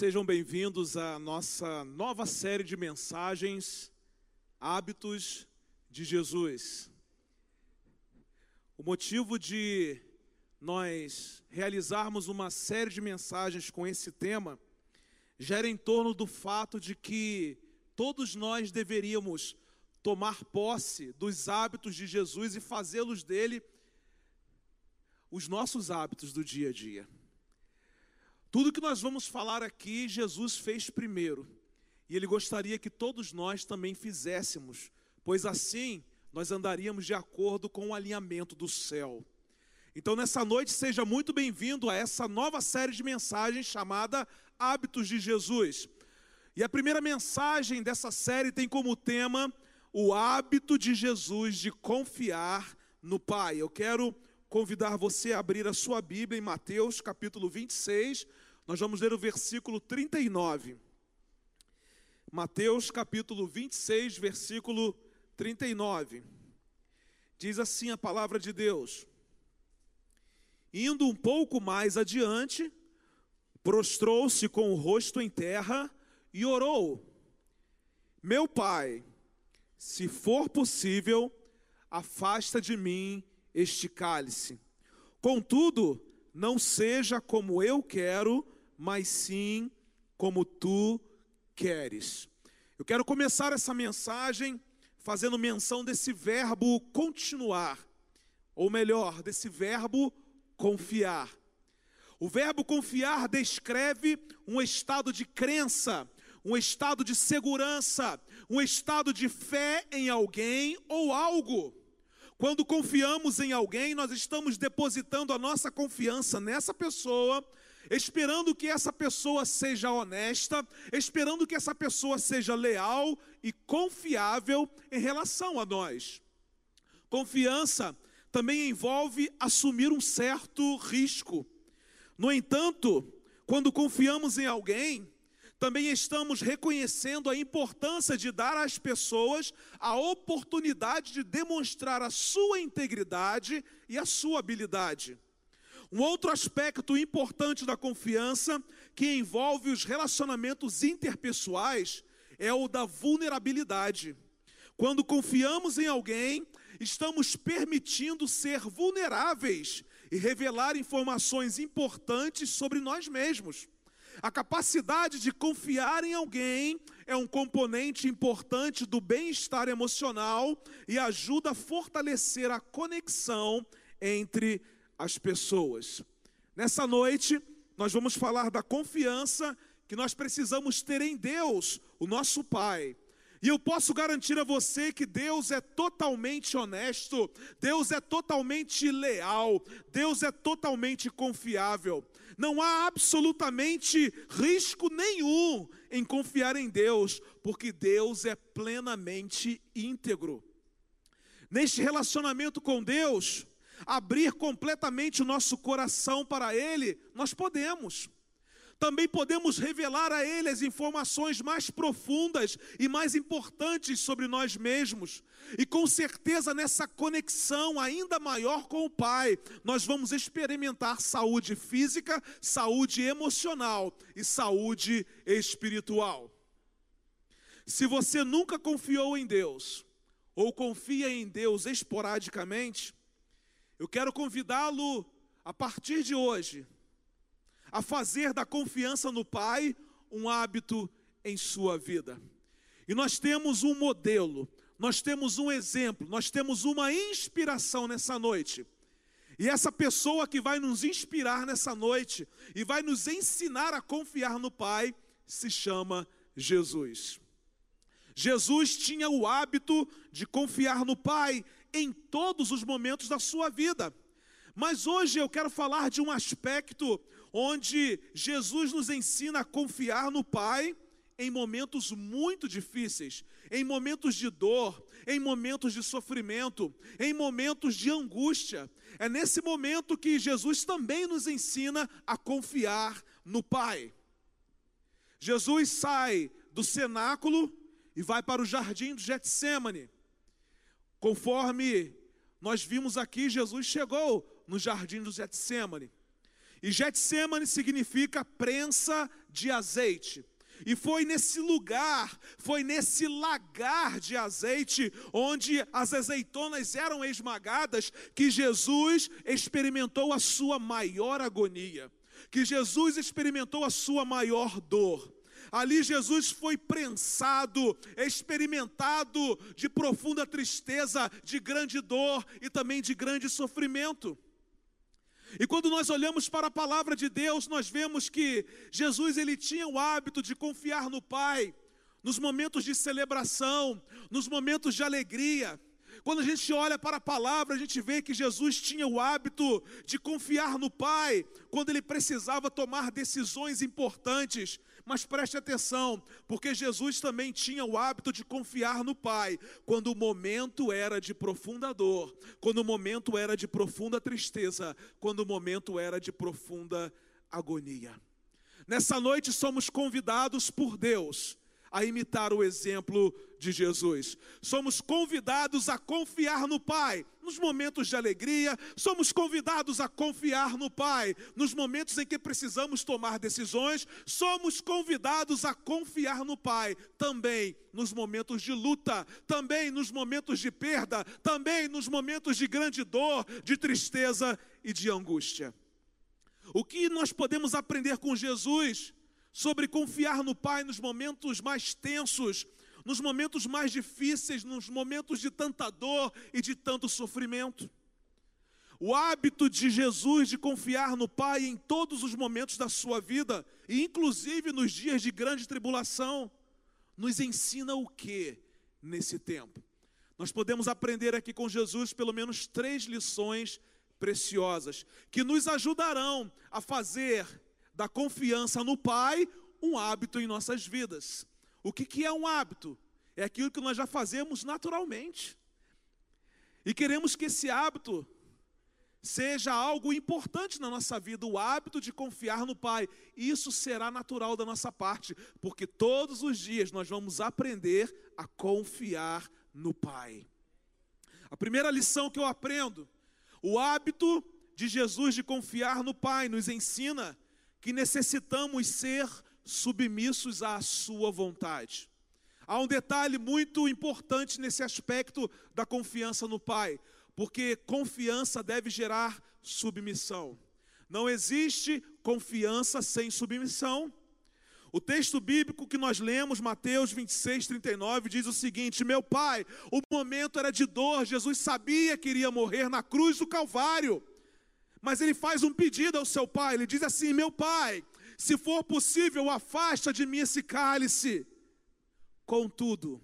Sejam bem-vindos à nossa nova série de mensagens, Hábitos de Jesus. O motivo de nós realizarmos uma série de mensagens com esse tema gira em torno do fato de que todos nós deveríamos tomar posse dos hábitos de Jesus e fazê-los dele os nossos hábitos do dia a dia. Tudo que nós vamos falar aqui, Jesus fez primeiro. E Ele gostaria que todos nós também fizéssemos, pois assim nós andaríamos de acordo com o alinhamento do céu. Então nessa noite seja muito bem-vindo a essa nova série de mensagens chamada Hábitos de Jesus. E a primeira mensagem dessa série tem como tema o hábito de Jesus de confiar no Pai. Eu quero convidar você a abrir a sua Bíblia em Mateus capítulo 26, nós vamos ler o versículo 39. Mateus capítulo 26, versículo 39. Diz assim a palavra de Deus: Indo um pouco mais adiante, prostrou-se com o rosto em terra e orou: Meu Pai, se for possível, afasta de mim este cálice. Contudo, não seja como eu quero, mas sim como tu queres. Eu quero começar essa mensagem fazendo menção desse verbo continuar, ou melhor, desse verbo confiar. O verbo confiar descreve um estado de crença, um estado de segurança, um estado de fé em alguém ou algo. Quando confiamos em alguém, nós estamos depositando a nossa confiança nessa pessoa, esperando que essa pessoa seja honesta, esperando que essa pessoa seja leal e confiável em relação a nós. Confiança também envolve assumir um certo risco. No entanto, quando confiamos em alguém, também estamos reconhecendo a importância de dar às pessoas a oportunidade de demonstrar a sua integridade e a sua habilidade. Um outro aspecto importante da confiança, que envolve os relacionamentos interpessoais, é o da vulnerabilidade. Quando confiamos em alguém, estamos permitindo ser vulneráveis e revelar informações importantes sobre nós mesmos. A capacidade de confiar em alguém é um componente importante do bem-estar emocional e ajuda a fortalecer a conexão entre as pessoas. Nessa noite, nós vamos falar da confiança que nós precisamos ter em Deus, o nosso Pai. E eu posso garantir a você que Deus é totalmente honesto, Deus é totalmente leal, Deus é totalmente confiável. Não há absolutamente risco nenhum em confiar em Deus, porque Deus é plenamente íntegro. Neste relacionamento com Deus, abrir completamente o nosso coração para Ele, nós podemos. Também podemos revelar a Ele as informações mais profundas e mais importantes sobre nós mesmos. E com certeza nessa conexão ainda maior com o Pai, nós vamos experimentar saúde física, saúde emocional e saúde espiritual. Se você nunca confiou em Deus, ou confia em Deus esporadicamente, eu quero convidá-lo a partir de hoje a fazer da confiança no Pai um hábito em sua vida. E nós temos um modelo, nós temos um exemplo, nós temos uma inspiração nessa noite. E essa pessoa que vai nos inspirar nessa noite e vai nos ensinar a confiar no Pai se chama Jesus. Jesus tinha o hábito de confiar no Pai em todos os momentos da sua vida. Mas hoje eu quero falar de um aspecto onde Jesus nos ensina a confiar no Pai em momentos muito difíceis, em momentos de dor, em momentos de sofrimento, em momentos de angústia. É nesse momento que Jesus também nos ensina a confiar no Pai. Jesus sai do cenáculo e vai para o jardim do Getsêmani. Conforme nós vimos aqui, Jesus chegou no jardim do Getsêmani. E Getsêmani significa prensa de azeite. E foi nesse lugar, foi nesse lagar de azeite, onde as azeitonas eram esmagadas, que Jesus experimentou a sua maior agonia, que Jesus experimentou a sua maior dor. Ali Jesus foi prensado, experimentado de profunda tristeza, de grande dor e também de grande sofrimento. E quando nós olhamos para a palavra de Deus, nós vemos que Jesus ele tinha o hábito de confiar no Pai, nos momentos de celebração, nos momentos de alegria. Quando a gente olha para a palavra, a gente vê que Jesus tinha o hábito de confiar no Pai, quando ele precisava tomar decisões importantes. Mas preste atenção, porque Jesus também tinha o hábito de confiar no Pai, quando o momento era de profunda dor, quando o momento era de profunda tristeza, quando o momento era de profunda agonia. Nessa noite somos convidados por Deus a imitar o exemplo de Jesus. Somos convidados a confiar no Pai nos momentos de alegria, somos convidados a confiar no Pai nos momentos em que precisamos tomar decisões, somos convidados a confiar no Pai também nos momentos de luta, também nos momentos de perda, também nos momentos de grande dor, de tristeza e de angústia. O que nós podemos aprender com Jesus sobre confiar no Pai nos momentos mais tensos, nos momentos mais difíceis, nos momentos de tanta dor e de tanto sofrimento? O hábito de Jesus de confiar no Pai em todos os momentos da sua vida, e inclusive nos dias de grande tribulação, nos ensina o que nesse tempo? Nós podemos aprender aqui com Jesus pelo menos 3 lições preciosas, que nos ajudarão a fazer da confiança no Pai um hábito em nossas vidas. O que é um hábito? É aquilo que nós já fazemos naturalmente. E queremos que esse hábito seja algo importante na nossa vida, o hábito de confiar no Pai. Isso será natural da nossa parte, porque todos os dias nós vamos aprender a confiar no Pai. A primeira lição que eu aprendo, o hábito de Jesus de confiar no Pai nos ensina que necessitamos ser submissos à sua vontade. Há um detalhe muito importante nesse aspecto da confiança no Pai, porque confiança deve gerar submissão. Não existe confiança sem submissão. O texto bíblico que nós lemos, Mateus 26, 39, diz o seguinte: meu Pai, o momento era de dor, Jesus sabia que iria morrer na cruz do Calvário. Mas ele faz um pedido ao seu Pai, ele diz assim: meu Pai, se for possível, afasta de mim esse cálice. Contudo,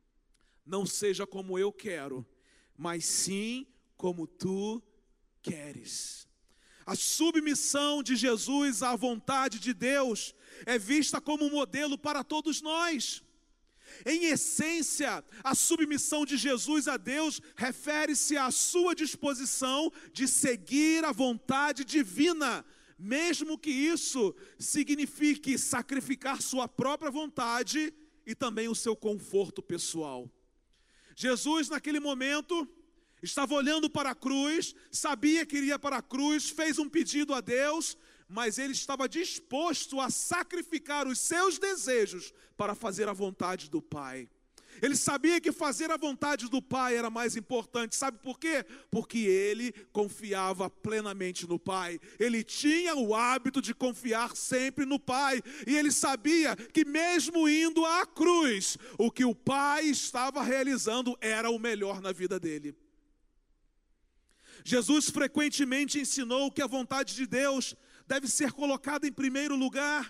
não seja como eu quero, mas sim como tu queres. A submissão de Jesus à vontade de Deus é vista como um modelo para todos nós. Em essência, a submissão de Jesus a Deus refere-se à sua disposição de seguir a vontade divina, mesmo que isso signifique sacrificar sua própria vontade e também o seu conforto pessoal. Jesus, naquele momento, estava olhando para a cruz, sabia que iria para a cruz, fez um pedido a Deus, mas ele estava disposto a sacrificar os seus desejos para fazer a vontade do Pai. Ele sabia que fazer a vontade do Pai era mais importante. Sabe por quê? Porque ele confiava plenamente no Pai. Ele tinha o hábito de confiar sempre no Pai. E ele sabia que mesmo indo à cruz, o que o Pai estava realizando era o melhor na vida dele. Jesus frequentemente ensinou que a vontade de Deus deve ser colocada em primeiro lugar,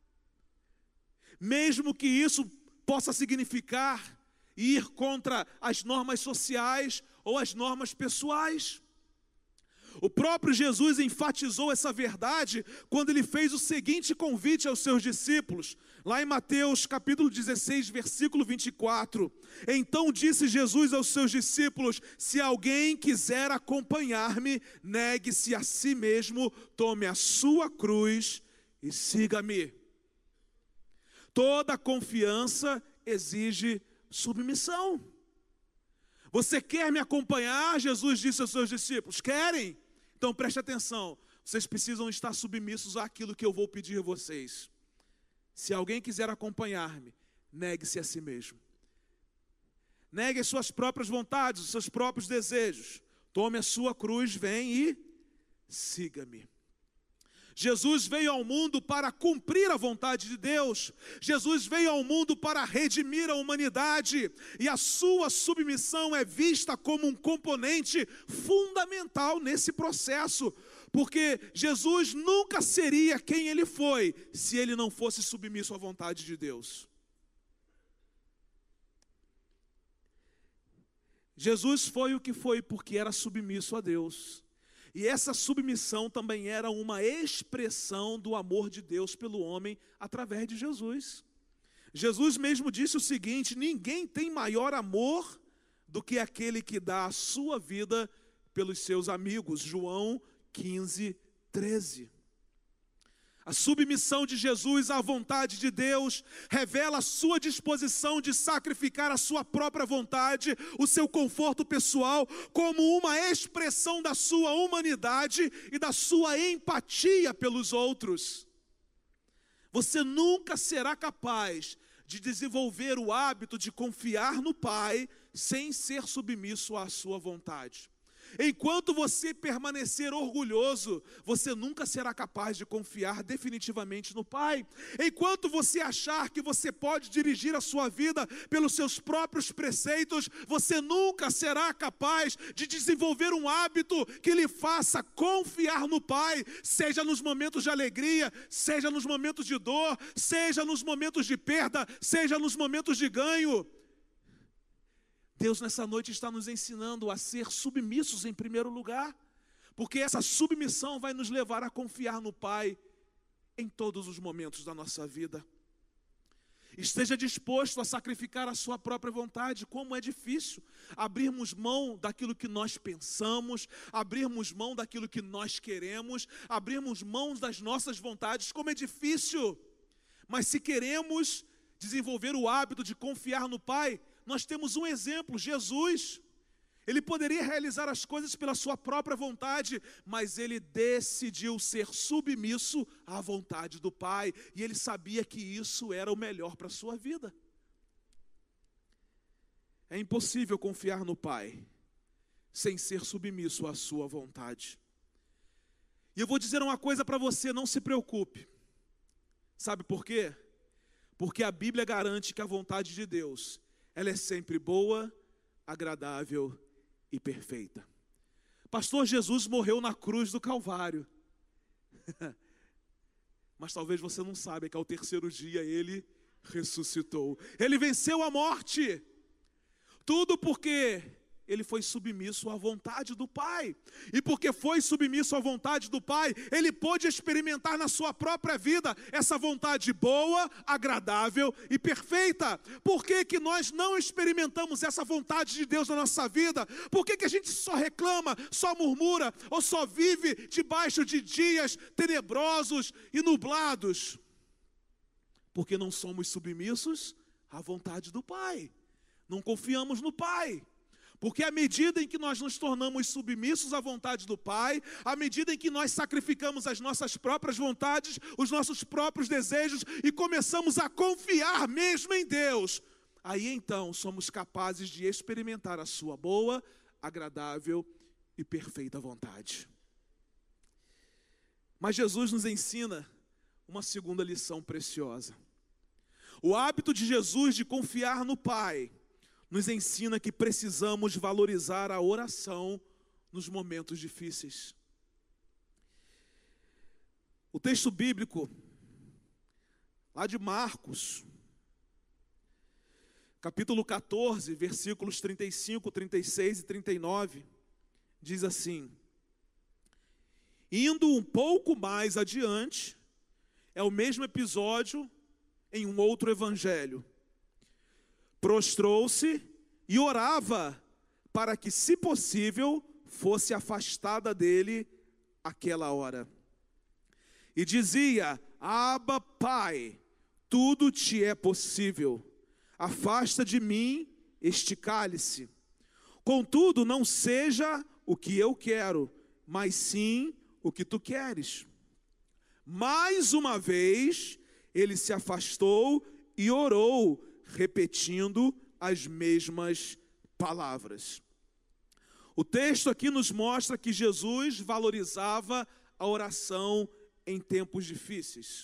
mesmo que isso possa significar ir contra as normas sociais ou as normas pessoais. O próprio Jesus enfatizou essa verdade quando ele fez o seguinte convite aos seus discípulos, lá em Mateus capítulo 16, versículo 24. Então disse Jesus aos seus discípulos: se alguém quiser acompanhar-me, negue-se a si mesmo, tome a sua cruz e siga-me. Toda confiança exige submissão. Você quer me acompanhar? Jesus disse aos seus discípulos. Querem? Então preste atenção. vocês precisam estar submissos àquilo que eu vou pedir a vocês. Se alguém quiser acompanhar-me, negue-se a si mesmo. Negue as suas próprias vontades, os seus próprios desejos. Tome a sua cruz, vem e siga-me. Jesus veio ao mundo para cumprir a vontade de Deus. Jesus veio ao mundo para redimir a humanidade. E a sua submissão é vista como um componente fundamental nesse processo. Porque Jesus nunca seria quem ele foi, se ele não fosse submisso à vontade de Deus. Jesus foi o que foi porque era submisso a Deus. E essa submissão também era uma expressão do amor de Deus pelo homem através de Jesus. Jesus mesmo disse o seguinte: ninguém tem maior amor do que aquele que dá a sua vida pelos seus amigos. João 15:13. A submissão de Jesus à vontade de Deus revela a sua disposição de sacrificar a sua própria vontade, o seu conforto pessoal, como uma expressão da sua humanidade e da sua empatia pelos outros. Você nunca será capaz de desenvolver o hábito de confiar no Pai sem ser submisso à sua vontade. Enquanto você permanecer orgulhoso, você nunca será capaz de confiar definitivamente no Pai. Enquanto você achar que você pode dirigir a sua vida pelos seus próprios preceitos, você nunca será capaz de desenvolver um hábito que lhe faça confiar no Pai, seja nos momentos de alegria, seja nos momentos de dor, seja nos momentos de perda, seja nos momentos de ganho. Deus nessa noite está nos ensinando a ser submissos em primeiro lugar, porque essa submissão vai nos levar a confiar no Pai em todos os momentos da nossa vida. Esteja disposto a sacrificar a sua própria vontade. Como é difícil abrirmos mão daquilo que nós pensamos, abrirmos mão daquilo que nós queremos, abrirmos mão das nossas vontades, como é difícil. Mas se queremos desenvolver o hábito de confiar no Pai, nós temos um exemplo, Jesus. Ele poderia realizar as coisas pela sua própria vontade, mas ele decidiu ser submisso à vontade do Pai, e ele sabia que isso era o melhor para a sua vida. É impossível confiar no Pai sem ser submisso à sua vontade. E eu vou dizer uma coisa para você, não se preocupe. Sabe por quê? Porque a Bíblia garante que a vontade de Deus, ela é sempre boa, agradável e perfeita. Pastor, Jesus morreu na cruz do Calvário. Mas talvez você não saiba que ao terceiro dia ele ressuscitou. Ele venceu a morte. Tudo porque ele foi submisso à vontade do Pai. E porque foi submisso à vontade do Pai, ele pôde experimentar na sua própria vida essa vontade boa, agradável e perfeita. Por que que nós não experimentamos essa vontade de Deus na nossa vida? Por que que a gente só reclama, só murmura, ou só vive debaixo de dias tenebrosos e nublados? Porque não somos submissos à vontade do Pai. Não confiamos no Pai. Porque à medida em que nós nos tornamos submissos à vontade do Pai, à medida em que nós sacrificamos as nossas próprias vontades, os nossos próprios desejos e começamos a confiar mesmo em Deus, aí então somos capazes de experimentar a sua boa, agradável e perfeita vontade. Mas Jesus nos ensina uma segunda lição preciosa. O hábito de Jesus de confiar no Pai nos ensina que precisamos valorizar a oração nos momentos difíceis. O texto bíblico, lá de Marcos, capítulo 14, versículos 35, 36 e 39, diz assim: indo um pouco mais adiante, é o mesmo episódio em um outro evangelho. Prostrou-se e orava para que, se possível, fosse afastada dele aquela hora. E dizia: Abba, Pai, tudo te é possível. Afasta de mim este cálice. Contudo, não seja o que eu quero, mas sim o que tu queres. Mais uma vez, ele se afastou e orou, repetindo as mesmas palavras. O texto aqui nos mostra que Jesus valorizava a oração em tempos difíceis.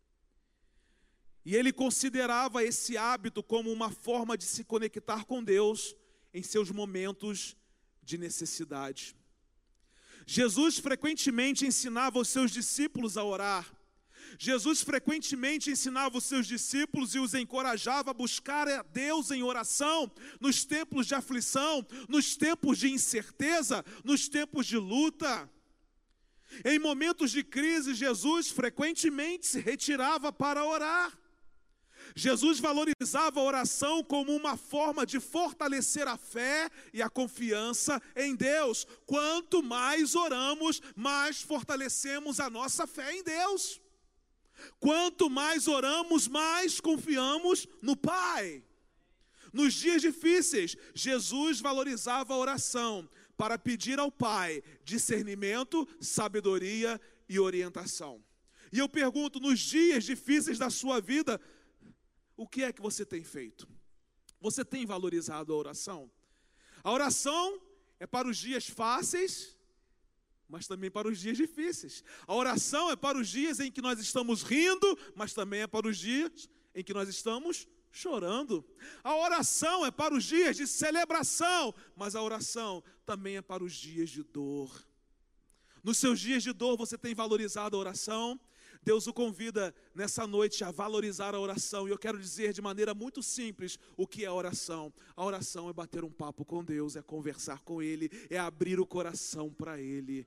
E ele considerava esse hábito como uma forma de se conectar com Deus em seus momentos de necessidade. Jesus frequentemente ensinava os seus discípulos a orar. Jesus frequentemente ensinava os seus discípulos e os encorajava a buscar a Deus em oração, nos tempos de aflição, nos tempos de incerteza, nos tempos de luta. Em momentos de crise, Jesus frequentemente se retirava para orar. Jesus valorizava a oração como uma forma de fortalecer a fé e a confiança em Deus. Quanto mais oramos, mais fortalecemos a nossa fé em Deus. Quanto mais oramos, mais confiamos no Pai. Nos dias difíceis, Jesus valorizava a oração para pedir ao Pai discernimento, sabedoria e orientação. E eu pergunto, nos dias difíceis da sua vida, o que é que você tem feito? Você tem valorizado a oração? A oração é para os dias fáceis, mas também para os dias difíceis. A oração é para os dias em que nós estamos rindo, mas também é para os dias em que nós estamos chorando. A oração é para os dias de celebração, mas a oração também é para os dias de dor. Nos seus dias de dor, você tem valorizado a oração? Deus o convida nessa noite a valorizar a oração. E eu quero dizer de maneira muito simples o que é a oração. A oração é bater um papo com Deus, é conversar com Ele, é abrir o coração para Ele.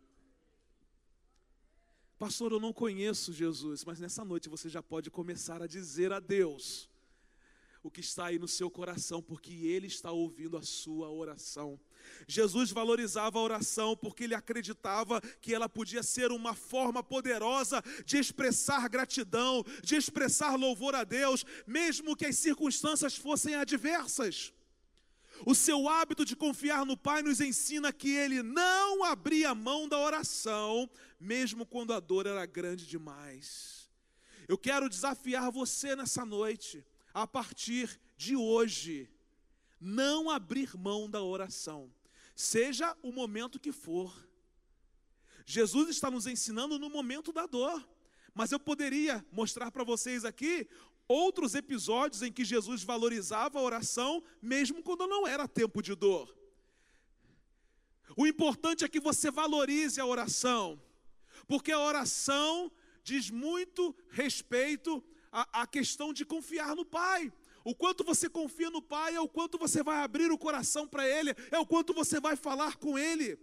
Pastor, eu não conheço Jesus, mas nessa noite você já pode começar a dizer a Deus o que está aí no seu coração, porque Ele está ouvindo a sua oração. Jesus valorizava a oração porque Ele acreditava que ela podia ser uma forma poderosa de expressar gratidão, de expressar louvor a Deus, mesmo que as circunstâncias fossem adversas. O seu hábito de confiar no Pai nos ensina que Ele não abria mão da oração, mesmo quando a dor era grande demais. Eu quero desafiar você nessa noite, a partir de hoje, não abrir mão da oração, seja o momento que for. Jesus está nos ensinando no momento da dor, mas eu poderia mostrar para vocês aqui outros episódios em que Jesus valorizava a oração, mesmo quando não era tempo de dor. O importante é que você valorize a oração, porque a oração diz muito respeito à questão de confiar no Pai. O quanto você confia no Pai é o quanto você vai abrir o coração para Ele, é o quanto você vai falar com Ele.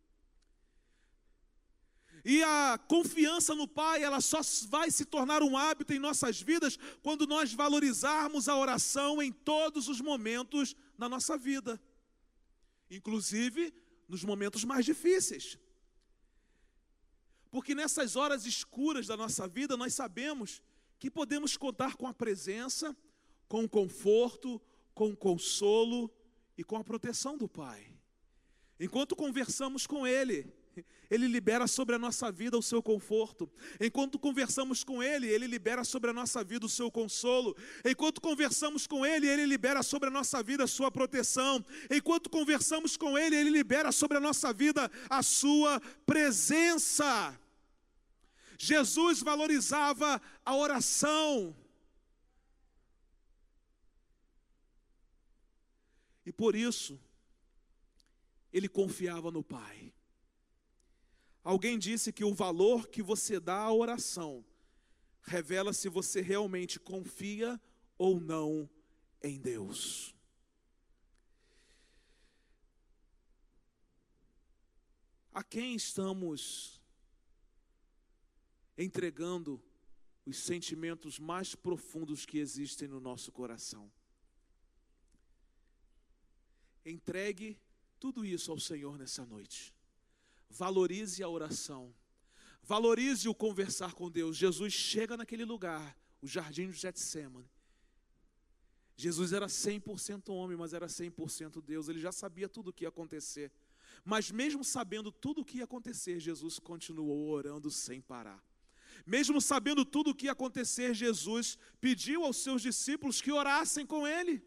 E a confiança no Pai, ela só vai se tornar um hábito em nossas vidas quando nós valorizarmos a oração em todos os momentos da nossa vida, inclusive nos momentos mais difíceis. Porque nessas horas escuras da nossa vida, nós sabemos que podemos contar com a presença, com o conforto, com o consolo e com a proteção do Pai. Enquanto conversamos com Ele, Ele libera sobre a nossa vida o seu conforto. Enquanto conversamos com Ele, Ele libera sobre a nossa vida o seu consolo. Enquanto conversamos com Ele, Ele libera sobre a nossa vida a sua proteção. Enquanto conversamos com Ele, Ele libera sobre a nossa vida a sua presença. Jesus valorizava a oração. E por isso, Ele confiava no Pai. Alguém disse que o valor que você dá à oração revela se você realmente confia ou não em Deus. A quem estamos entregando os sentimentos mais profundos que existem no nosso coração? Entregue tudo isso ao Senhor nessa noite. Valorize a oração. Valorize o conversar com Deus. Jesus chega naquele lugar, o jardim de Getsêmani. Jesus era 100% homem, mas era 100% Deus. Ele já sabia tudo o que ia acontecer. Mas mesmo sabendo tudo o que ia acontecer, Jesus continuou orando sem parar. Mesmo sabendo tudo o que ia acontecer, Jesus pediu aos seus discípulos que orassem com ele.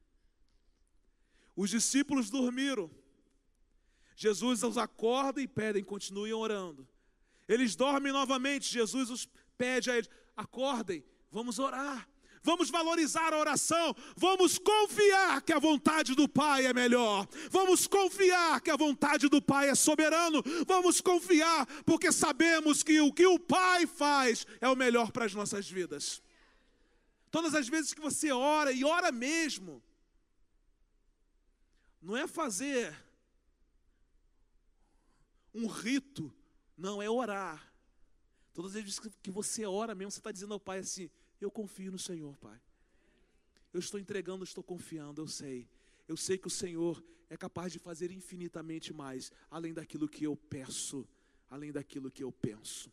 Os discípulos dormiram. Jesus os acorda e pede, continuem orando. Eles dormem novamente, Jesus os pede a eles, acordem, vamos orar. Vamos valorizar a oração, vamos confiar que a vontade do Pai é melhor, vamos confiar que a vontade do Pai é soberano, vamos confiar porque sabemos que o que o Pai faz é o melhor para as nossas vidas. Todas as vezes que você ora, e ora mesmo, não é fazer um rito, não, é orar. Todas as vezes que você ora mesmo, você está dizendo ao Pai assim, eu confio no Senhor, Pai. Eu estou entregando, estou confiando, eu sei. Eu sei que o Senhor é capaz de fazer infinitamente mais, além daquilo que eu peço, além daquilo que eu penso.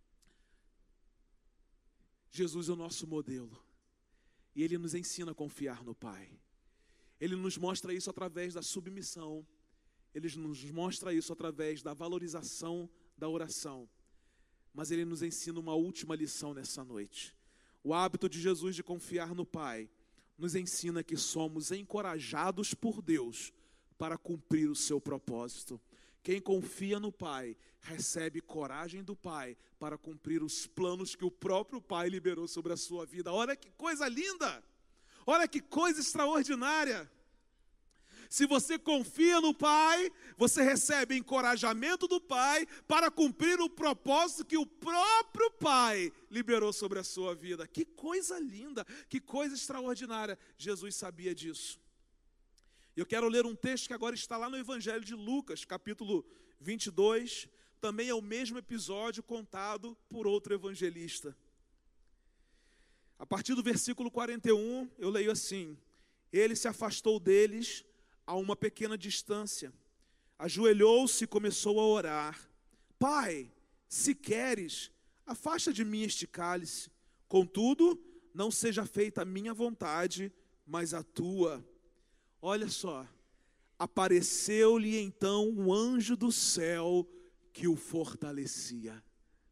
Jesus é o nosso modelo. E Ele nos ensina a confiar no Pai. Ele nos mostra isso através da submissão. Ele nos mostra isso através da valorização da oração. Mas Ele nos ensina uma última lição nessa noite. O hábito de Jesus de confiar no Pai nos ensina que somos encorajados por Deus para cumprir o seu propósito. Quem confia no Pai recebe coragem do Pai para cumprir os planos que o próprio Pai liberou sobre a sua vida. Olha que coisa linda! Olha que coisa extraordinária! Se você confia no Pai, você recebe encorajamento do Pai para cumprir o propósito que o próprio Pai liberou sobre a sua vida. Que coisa linda, que coisa extraordinária. Jesus sabia disso. Eu quero ler um texto que agora está lá no Evangelho de Lucas, capítulo 22. Também é o mesmo episódio contado por outro evangelista. A partir do versículo 41, eu leio assim: Ele se afastou deles a uma pequena distância, ajoelhou-se e começou a orar. Pai, se queres, afasta de mim este cálice. Contudo, não seja feita a minha vontade, mas a tua. Olha só, apareceu-lhe então um anjo do céu que o fortalecia.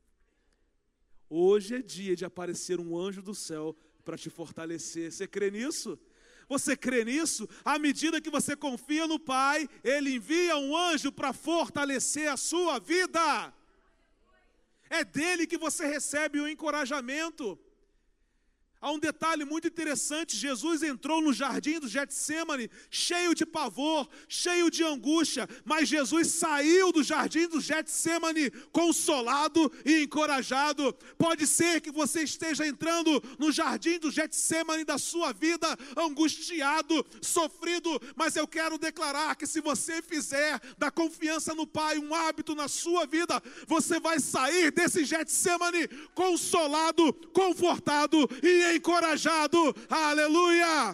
Hoje é dia de aparecer um anjo do céu para te fortalecer. Você crê nisso? Você crê nisso? À medida que você confia no Pai, Ele envia um anjo para fortalecer a sua vida. É dele que você recebe o encorajamento. Há um detalhe muito interessante: Jesus entrou no jardim do Getsemane cheio de pavor, cheio de angústia, mas Jesus saiu do jardim do Getsemane consolado e encorajado. Pode ser que você esteja entrando no jardim do Getsemane da sua vida angustiado, sofrido, mas eu quero declarar que se você fizer da confiança no Pai um hábito na sua vida, você vai sair desse Getsemane consolado, confortado e encorajado, aleluia!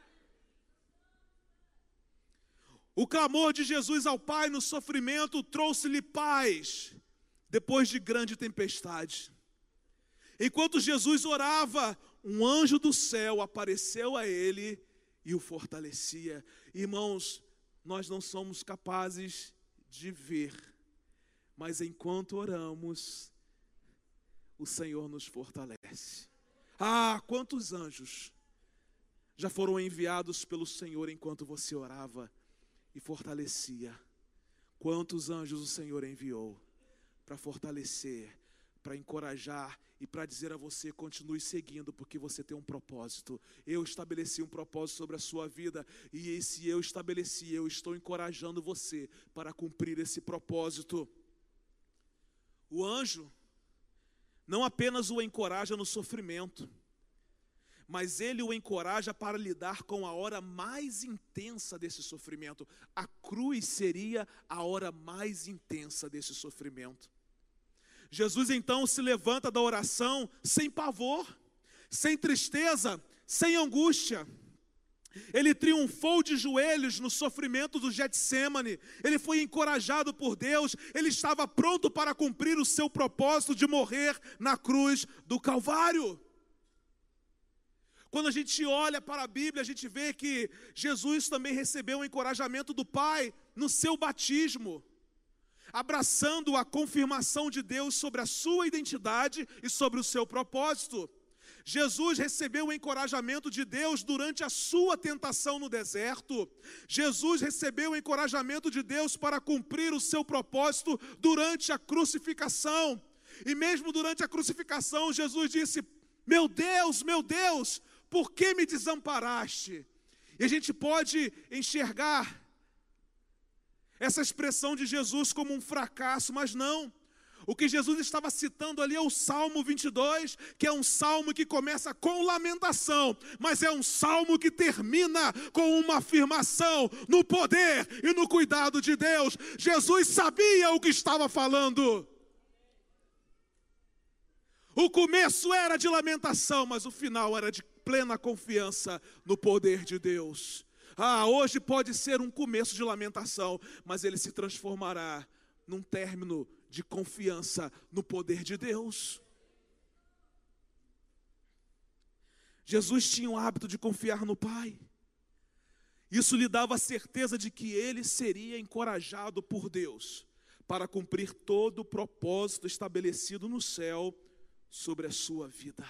O clamor de Jesus ao Pai no sofrimento trouxe-lhe paz, depois de grande tempestade. Enquanto Jesus orava, um anjo do céu apareceu a ele e o fortalecia. Irmãos, nós não somos capazes de ver, mas enquanto oramos, o Senhor nos fortalece. Ah, quantos anjos já foram enviados pelo Senhor enquanto você orava e fortalecia. Quantos anjos o Senhor enviou para fortalecer, para encorajar e para dizer a você: continue seguindo, porque você tem um propósito. Eu estabeleci um propósito sobre a sua vida, e esse eu estabeleci, eu estou encorajando você para cumprir esse propósito. O anjo não apenas o encoraja no sofrimento, mas ele o encoraja para lidar com a hora mais intensa desse sofrimento. A cruz seria a hora mais intensa desse sofrimento. Jesus então se levanta da oração sem pavor, sem tristeza, sem angústia. Ele triunfou de joelhos no sofrimento do Getsemane. Ele foi encorajado por Deus. Ele estava pronto para cumprir o seu propósito de morrer na cruz do Calvário. Quando a gente olha para a Bíblia, a gente vê que Jesus também recebeu o encorajamento do Pai no seu batismo, abraçando a confirmação de Deus sobre a sua identidade e sobre o seu propósito. Jesus recebeu o encorajamento de Deus durante a sua tentação no deserto. Jesus recebeu o encorajamento de Deus para cumprir o seu propósito durante a crucificação. E mesmo durante a crucificação, Jesus disse: meu Deus, por que me desamparaste? E a gente pode enxergar essa expressão de Jesus como um fracasso, mas não. O que Jesus estava citando ali é o Salmo 22, que é um salmo que começa com lamentação, mas é um salmo que termina com uma afirmação no poder e no cuidado de Deus. Jesus sabia o que estava falando. O começo era de lamentação, mas o final era de plena confiança no poder de Deus. Hoje pode ser um começo de lamentação, mas ele se transformará num término de confiança no poder de Deus. Jesus tinha o hábito de confiar no Pai. Isso lhe dava a certeza de que ele seria encorajado por Deus para cumprir todo o propósito estabelecido no céu sobre a sua vida.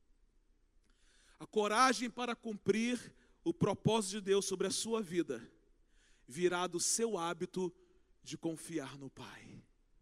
A coragem para cumprir o propósito de Deus sobre a sua vida virá do seu hábito de confiar no Pai.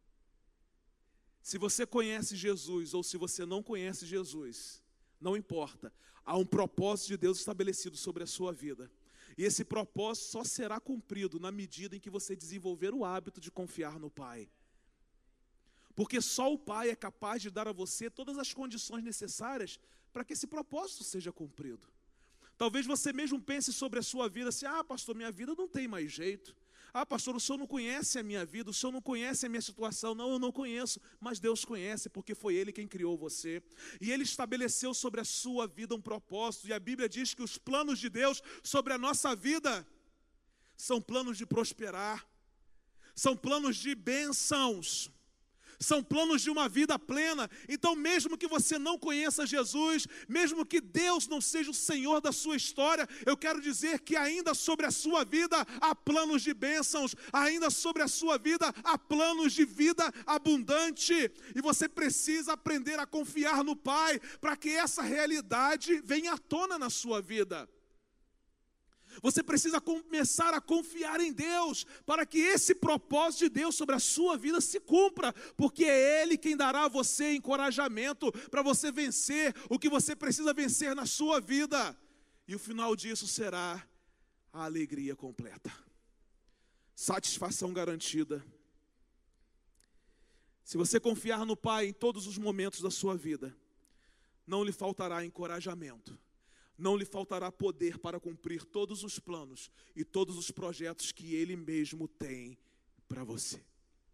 Se você conhece Jesus ou se você não conhece Jesus, não importa, há um propósito de Deus estabelecido sobre a sua vida. E esse propósito só será cumprido na medida em que você desenvolver o hábito de confiar no Pai. Porque só o Pai é capaz de dar a você todas as condições necessárias para que esse propósito seja cumprido. Talvez você mesmo pense sobre a sua vida assim: pastor, minha vida não tem mais jeito. Pastor, o senhor não conhece a minha vida, o senhor não conhece a minha situação. Não, eu não conheço, mas Deus conhece, porque foi Ele quem criou você. E Ele estabeleceu sobre a sua vida um propósito. E a Bíblia diz que os planos de Deus sobre a nossa vida são planos de prosperar, são planos de bênçãos, são planos de uma vida plena. Então, mesmo que você não conheça Jesus, mesmo que Deus não seja o Senhor da sua história, eu quero dizer que ainda sobre a sua vida há planos de bênçãos, ainda sobre a sua vida há planos de vida abundante. E você precisa aprender a confiar no Pai para que essa realidade venha à tona na sua vida. Você precisa começar a confiar em Deus, para que esse propósito de Deus sobre a sua vida se cumpra, porque é Ele quem dará a você encorajamento para você vencer o que você precisa vencer na sua vida. E o final disso será a alegria completa, satisfação garantida. Se você confiar no Pai em todos os momentos da sua vida, não lhe faltará encorajamento. Não lhe faltará poder para cumprir todos os planos e todos os projetos que Ele mesmo tem para você.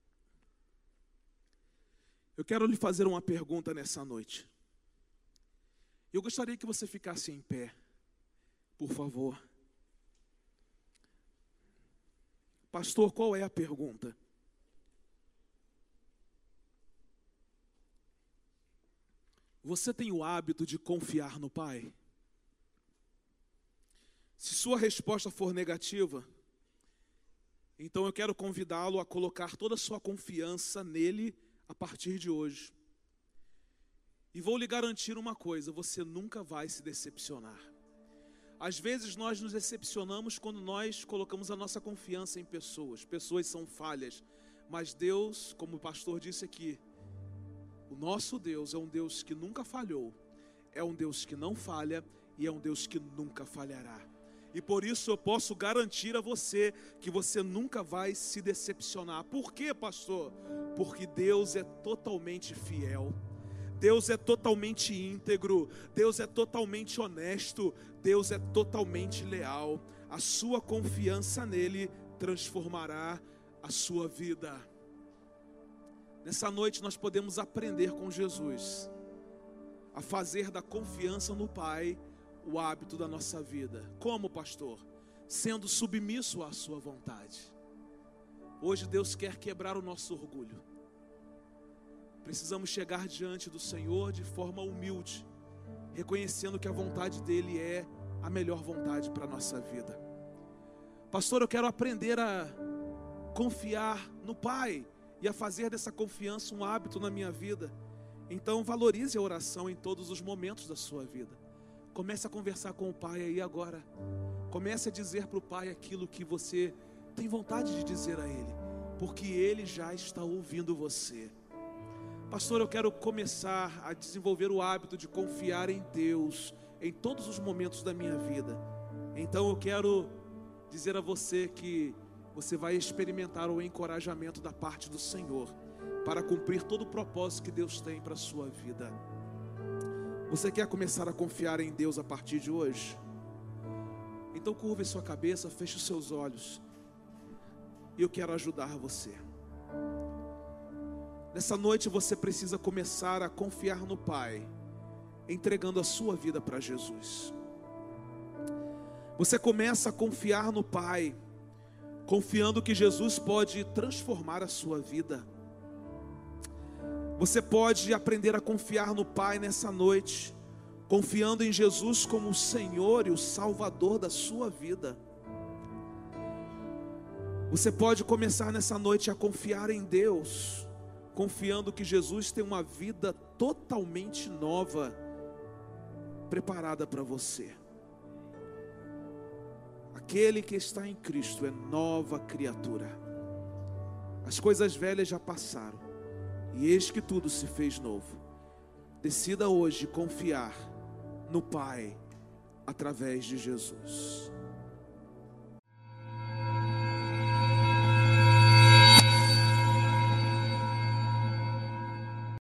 Eu quero lhe fazer uma pergunta nessa noite. Eu gostaria que você ficasse em pé, por favor. Pastor, qual é a pergunta? Você tem o hábito de confiar no Pai? Se sua resposta for negativa, então eu quero convidá-lo a colocar toda a sua confiança nele a partir de hoje. E vou lhe garantir uma coisa: você nunca vai se decepcionar. Às vezes nós nos decepcionamos quando nós colocamos a nossa confiança em pessoas. Pessoas são falhas, mas Deus, como o pastor disse aqui, o nosso Deus é um Deus que nunca falhou, é um Deus que não falha e é um Deus que nunca falhará. E por isso eu posso garantir a você que você nunca vai se decepcionar. Por quê, pastor? Porque Deus é totalmente fiel, Deus é totalmente íntegro, Deus é totalmente honesto, Deus é totalmente leal. A sua confiança nele transformará a sua vida. Nessa noite nós podemos aprender com Jesus a fazer da confiança no Pai o hábito da nossa vida. Como, pastor? Sendo submisso à sua vontade. Hoje Deus quer quebrar o nosso orgulho. Precisamos chegar diante do Senhor de forma humilde, reconhecendo que a vontade dele é a melhor vontade para a nossa vida. Pastor, eu quero aprender a confiar no Pai e a fazer dessa confiança um hábito na minha vida. Então valorize a oração em todos os momentos da sua vida. Comece a conversar com o Pai aí agora. Comece a dizer para o Pai aquilo que você tem vontade de dizer a Ele, porque Ele já está ouvindo você. Pastor, eu quero começar a desenvolver o hábito de confiar em Deus em todos os momentos da minha vida. Então eu quero dizer a você que você vai experimentar o encorajamento da parte do Senhor para cumprir todo o propósito que Deus tem para a sua vida. Você quer começar a confiar em Deus a partir de hoje? Então curve sua cabeça, feche os seus olhos. E eu quero ajudar você. Nessa noite você precisa começar a confiar no Pai, entregando a sua vida para Jesus. Você começa a confiar no Pai, confiando que Jesus pode transformar a sua vida. Você pode aprender a confiar no Pai nessa noite, confiando em Jesus como o Senhor e o Salvador da sua vida. Você pode começar nessa noite a confiar em Deus, confiando que Jesus tem uma vida totalmente nova, preparada para você. Aquele que está em Cristo é nova criatura. As coisas velhas já passaram, e eis que tudo se fez novo. Decida hoje confiar no Pai, através de Jesus.